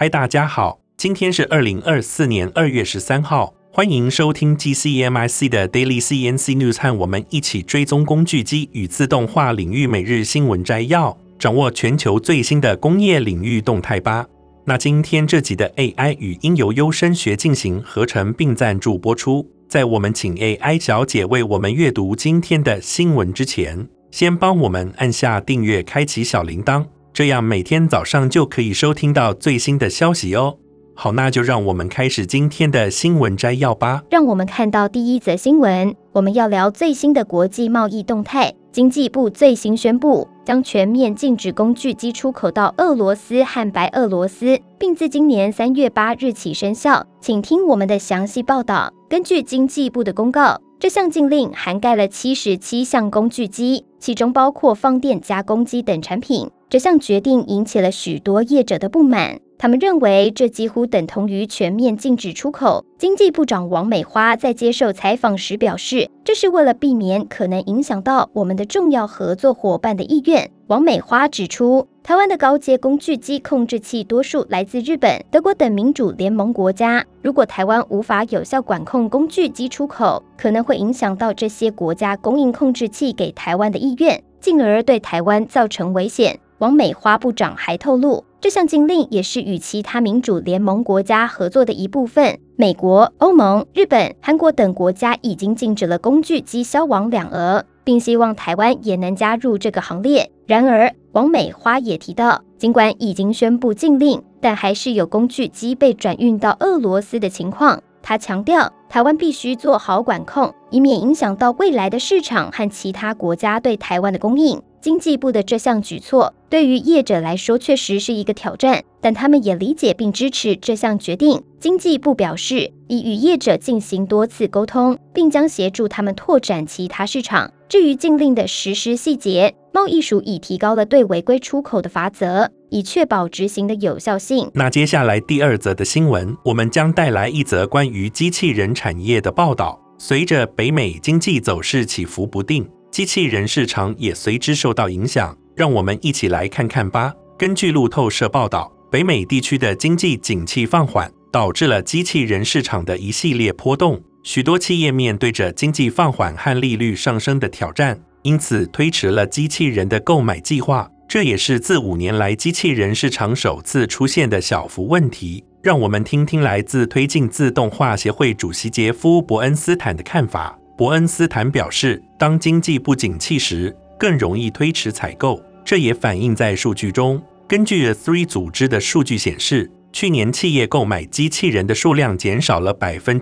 嗨，大家好，今天是2024年2月13号，欢迎收听 GCMIC 的 Daily CNC News， 和我们一起追踪工具机与自动化领域每日新闻摘要，掌握全球最新的工业领域动态吧。那今天这集的 AI 语音由优声学进行合成并赞助播出。在我们请 AI 小姐为我们阅读今天的新闻之前，先帮我们按下订阅，开启小铃铛，这样每天早上就可以收听到最新的消息哦。好，那就让我们开始今天的新闻摘要吧。 让我们看到第一则新闻，我们要聊最新的国际贸易动态。经济部最新宣布，将全面禁止工具机出口到俄罗斯和白俄罗斯，并自今年3月8日起生效。请听我们的详细报道。根据经济部的公告，这项禁令涵盖了77项工具机，其中包括放电加工机等产品。这项决定引起了许多业者的不满，他们认为这几乎等同于全面禁止出口。经济部长王美花在接受采访时表示，这是为了避免可能影响到我们的重要合作伙伴的意愿。王美花指出，台湾的高阶工具机控制器多数来自日本、德国等民主联盟国家，如果台湾无法有效管控工具机出口，可能会影响到这些国家供应控制器给台湾的意愿，进而对台湾造成危险。王美花部长还透露，这项禁令也是与其他民主联盟国家合作的一部分。美国、欧盟、日本、韩国等国家已经禁止了工具机销往两俄，并希望台湾也能加入这个行列。然而，王美花也提到，尽管已经宣布禁令，但还是有工具机被转运到俄罗斯的情况。他强调，台湾必须做好管控，以免影响到未来的市场和其他国家对台湾的供应。经济部的这项举措对于业者来说确实是一个挑战，但他们也理解并支持这项决定。经济部表示，已与业者进行多次沟通，并将协助他们拓展其他市场。至于禁令的实施细节，贸易署已提高了对违规出口的罚则，以确保执行的有效性。 那接下来第二则的新闻，我们将带来一则关于机器人产业的报道。随着北美经济走势起伏不定，机器人市场也随之受到影响，让我们一起来看看吧。根据路透社报道，北美地区的经济景气放缓，导致了机器人市场的一系列波动。许多企业面对着经济放缓和利率上升的挑战，因此推迟了机器人的购买计划。这也是自5年来机器人市场首次出现的小幅问题。让我们听听来自推进自动化协会主席杰夫·伯恩斯坦的看法。伯恩斯坦表示，当经济不景气时，更容易推迟采购，这也反映在数据中。根据 The3 组织的数据显示，去年企业购买机器人的数量减少了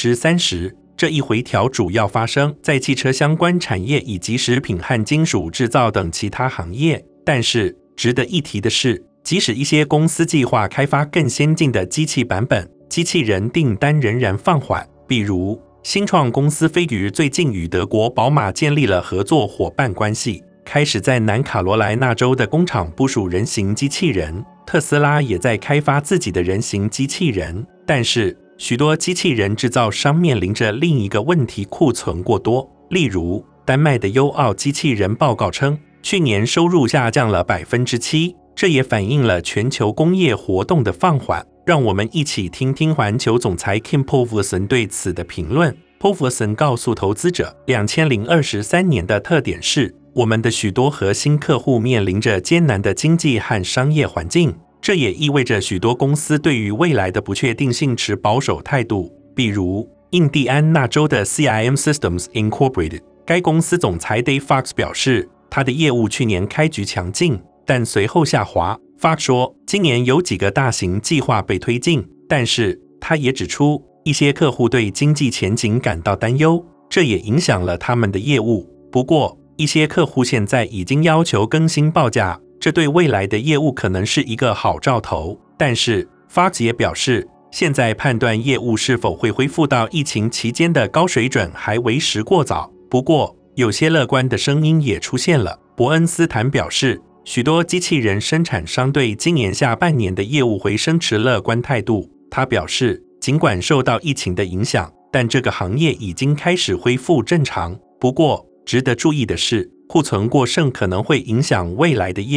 30%。这一回调主要发生在汽车相关产业以及食品和金属制造等其他行业。但是，值得一提的是，即使一些公司计划开发更先进的机器版本，机器人订单仍然放缓。比如，新创公司飞鱼最近与德国宝马建立了合作伙伴关系，开始在南卡罗来纳州的工厂部署人形机器人。特斯拉也在开发自己的人形机器人。但是，许多机器人制造商面临着另一个问题：库存过多。例如，丹麦的优奥机器人报告称，去年收入下降了 7%， 这也反映了全球工业活动的放缓。让我们一起听听环球总裁 Kim Poulson 对此的评论。Poulson 告诉投资者，2023年的特点是，我们的许多核心客户面临着艰难的经济和商业环境。这也意味着许多公司对于未来的不确定性持保守态度。比如，印第安纳州的 CIM Systems Incorporated， 该公司总裁 Dave Fox 表示，他的业务去年开局强劲，但随后下滑。Fox 说，今年有几个大型计划被推进，但是他也指出，一些客户对经济前景感到担忧，这也影响了他们的业务。不过，一些客户现在已经要求更新报价，这对未来的业务可能是一个好兆头。但是 Fox 也表示，现在判断业务是否会恢复到疫情期间的高水准还为时过早。不过，有些乐观的声音也出现了。伯恩斯坦表示，许多机器人生产商对今年下半年的业务回升持乐观态度。他表示，尽管受到疫情的影响，但这个行业已经开始恢复正常。不过，值得注意的是，库存过剩可能会影响未来的业务。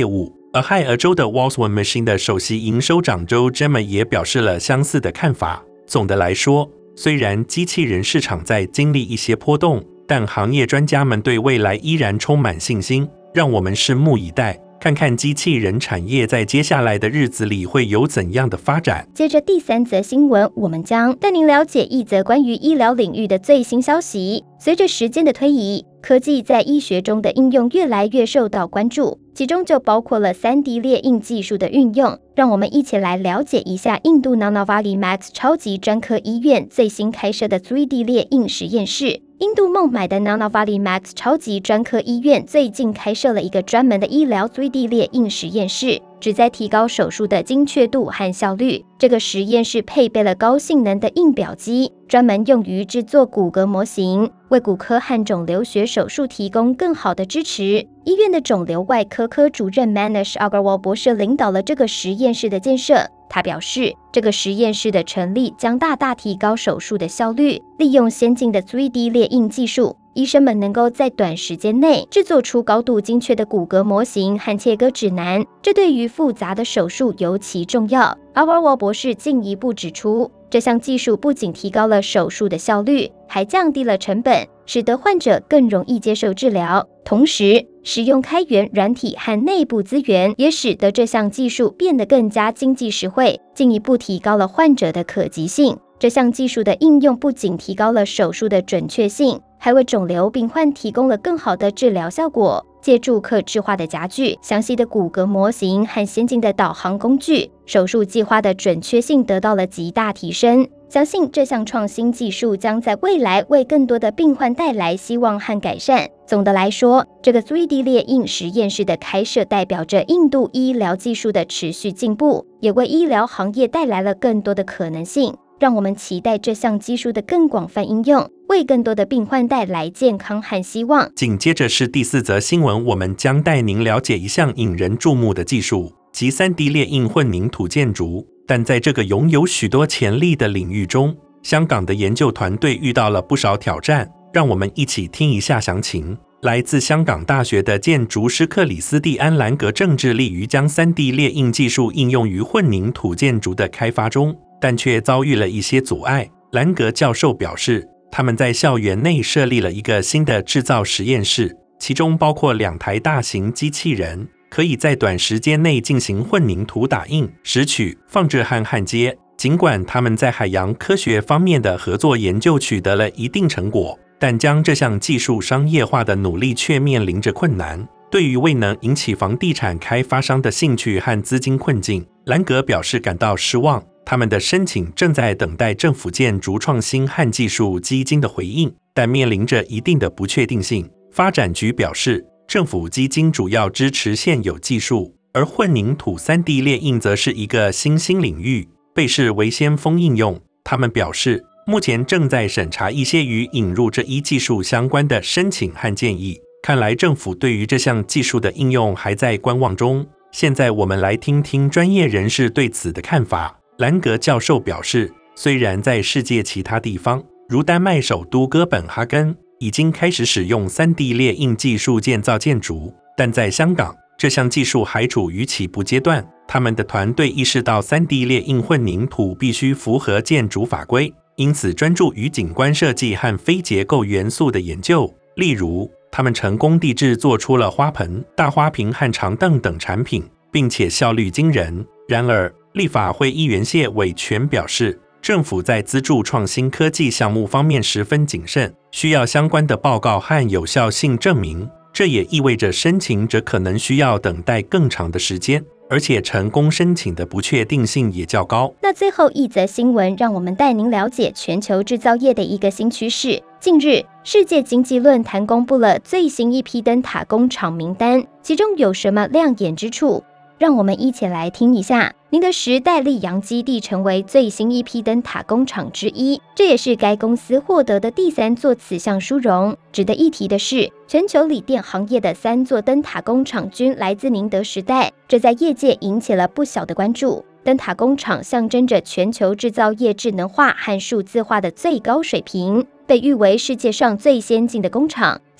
俄亥俄州的 Walswan Machine 的首席营收长周 Gemma 也表示了相似的看法。总的来说，虽然机器人市场在经历一些波动，但行业专家们对未来依然充满信心。让我们拭目以待，看看机器人产业在接下来的日子里会有怎样的发展。 接着第三则新闻，我们将带您了解一则关于医疗领域的最新消息。随着时间的推移，科技在医学中的应用越来越受到关注，其中就包括了 3D 列印技术的运用。让我们一起来了解一下印度 Nanavali Max 超级专科医院最新开设的 3D 列印实验室。印度孟买的 Nanavali Max 超级专科医院最近开设了一个专门的医疗 3D 列印实验室，旨在提高手术的精确度和效率。这个实验室配备了高性能的印表机，专门用于制作骨骼模型，为骨科和肿瘤学手术提供更好的支持。医院的肿瘤外科科主任 Manish Agarwal 博士领导了这个实验室的建设。他表示，这个实验室的成立将大大提高手术的效率。利用先进的 3D 列印技术，医生们能够在短时间内制作出高度精确的骨骼模型和切割指南，这对于复杂的手术尤其重要。Agarwal 博士进一步指出，这项技术不仅提高了手术的效率，还降低了成本，使得患者更容易接受治疗。同时，使用开源软体和内部资源，也使得这项技术变得更加经济实惠，进一步提高了患者的可及性。这项技术的应用不仅提高了手术的准确性，还为肿瘤病患提供了更好的治疗效果。借助客制化的夹具、详细的骨骼模型和先进的导航工具，手术计划的准确性得到了极大提升。相信这项创新技术将在未来为更多的病患带来希望和改善。总的来说，这个 3D 列印实验室的开设代表着印度医疗技术的持续进步，也为医疗行业带来了更多的可能性。让我们期待这项技术的更广泛应用，为更多的病患带来健康和希望。 紧接着是第四则新闻，我们将带您了解一项引人注目的技术，即 3D 列印混凝土建筑。但在这个拥有许多潜力的领域中，香港的研究团队遇到了不少挑战。让我们一起听一下详情。来自香港大学的建筑师克里斯蒂安·兰格正致力于将 3D 列印技术应用于混凝土建筑的开发中，但却遭遇了一些阻碍。兰格教授表示，他们在校园内设立了一个新的制造实验室，其中包括2台大型机器人，可以在短时间内进行混凝土打印、拾取、放置和焊接。尽管他们在海洋科学方面的合作研究取得了一定成果，但将这项技术商业化的努力却面临着困难。对于未能引起房地产开发商的兴趣和资金困境，兰格表示感到失望。他们的申请正在等待政府建筑创新和技术基金的回应，但面临着一定的不确定性。发展局表示，政府基金主要支持现有技术，而混凝土 3D 列印则是一个新兴领域，被视为先锋应用。他们表示，目前正在审查一些与引入这一技术相关的申请和建议。看来政府对于这项技术的应用还在观望中。现在我们来听听专业人士对此的看法。兰格教授表示，虽然在世界其他地方，如丹麦首都哥本哈根，已经开始使用 3D 列印技术建造建筑，但在香港，这项技术还处于起步阶段。他们的团队意识到 3D 列印混凝土必须符合建筑法规，因此专注于景观设计和非结构元素的研究。例如，他们成功地制作出了花盆、大花瓶和长凳等产品，并且效率惊人。然而，立法会议员谢伟全表示，政府在资助创新科技项目方面十分谨慎，需要相关的报告和有效性证明。这也意味着申请者可能需要等待更长的时间，而且成功申请的不确定性也较高。 那最后一则新闻，让我们带您了解全球制造业的一个新趋势。近日，世界经济论坛公布了最新一批灯塔工厂名单，其中有什么亮眼之处？让我们一起来听一下。宁德时代溧阳基地成为最新一批灯塔工厂之一，这也是该公司获得的第3座此项殊荣。值得一提的是，全球锂电行业的3座灯塔工厂均来自宁德时代，这在业界引起了不小的关注。灯塔工厂象征着全球制造业智能化和数字化的最高水平，被誉为世界上最先进的工厂。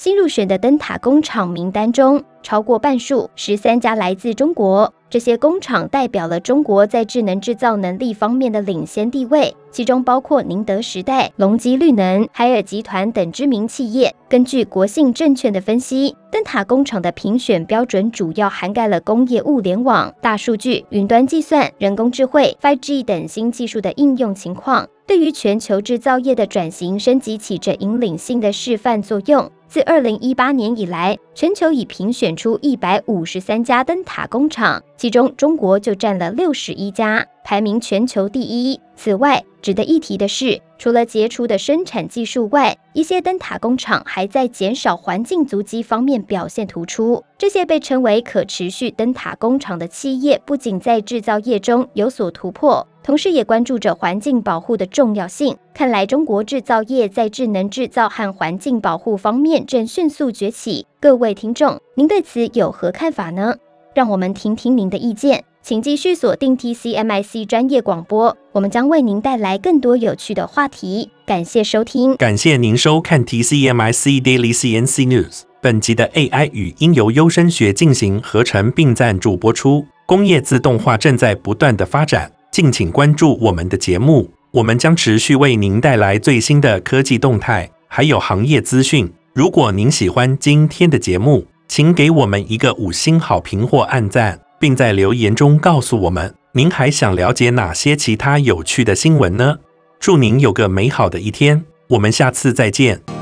新入选的灯塔工厂名单中，超过半数13家来自中国。这些工厂代表了中国在智能制造能力方面的领先地位，其中包括宁德时代、隆基绿能、海尔集团等知名企业。根据国信证券的分析，灯塔工厂的评选标准主要涵盖了工业物联网、大数据、云端计算、人工智慧、5G 等新技术的应用情况，对于全球制造业的转型升级起着引领性的示范作用。自2018年以来，全球已评选出153家灯塔工厂，其中中国就占了61家，排名全球第一。此外，值得一提的是，除了杰出的生产技术外，一些灯塔工厂还在减少环境足迹方面表现突出。这些被称为可持续灯塔工厂的企业，不仅在制造业中有所突破，同时也关注着环境保护的重要性。看来中国制造业在智能制造和环境保护方面正迅速崛起。各位听众，您对此有何看法呢？让我们听听您的意见。请继续锁定 TCMIC 专业广播，我们将为您带来更多有趣的话题。感谢收听， 感谢您收看 TCMIC Daily CNC News。本集的 AI 语音由优声学进行合成并赞助播出。工业自动化正在不断的发展，敬请关注我们的节目，我们将持续为您带来最新的科技动态，还有行业资讯。如果您喜欢今天的节目，请给我们一个5星好评或按赞，并在留言中告诉我们，您还想了解哪些其他有趣的新闻呢？祝您有个美好的一天，我们下次再见。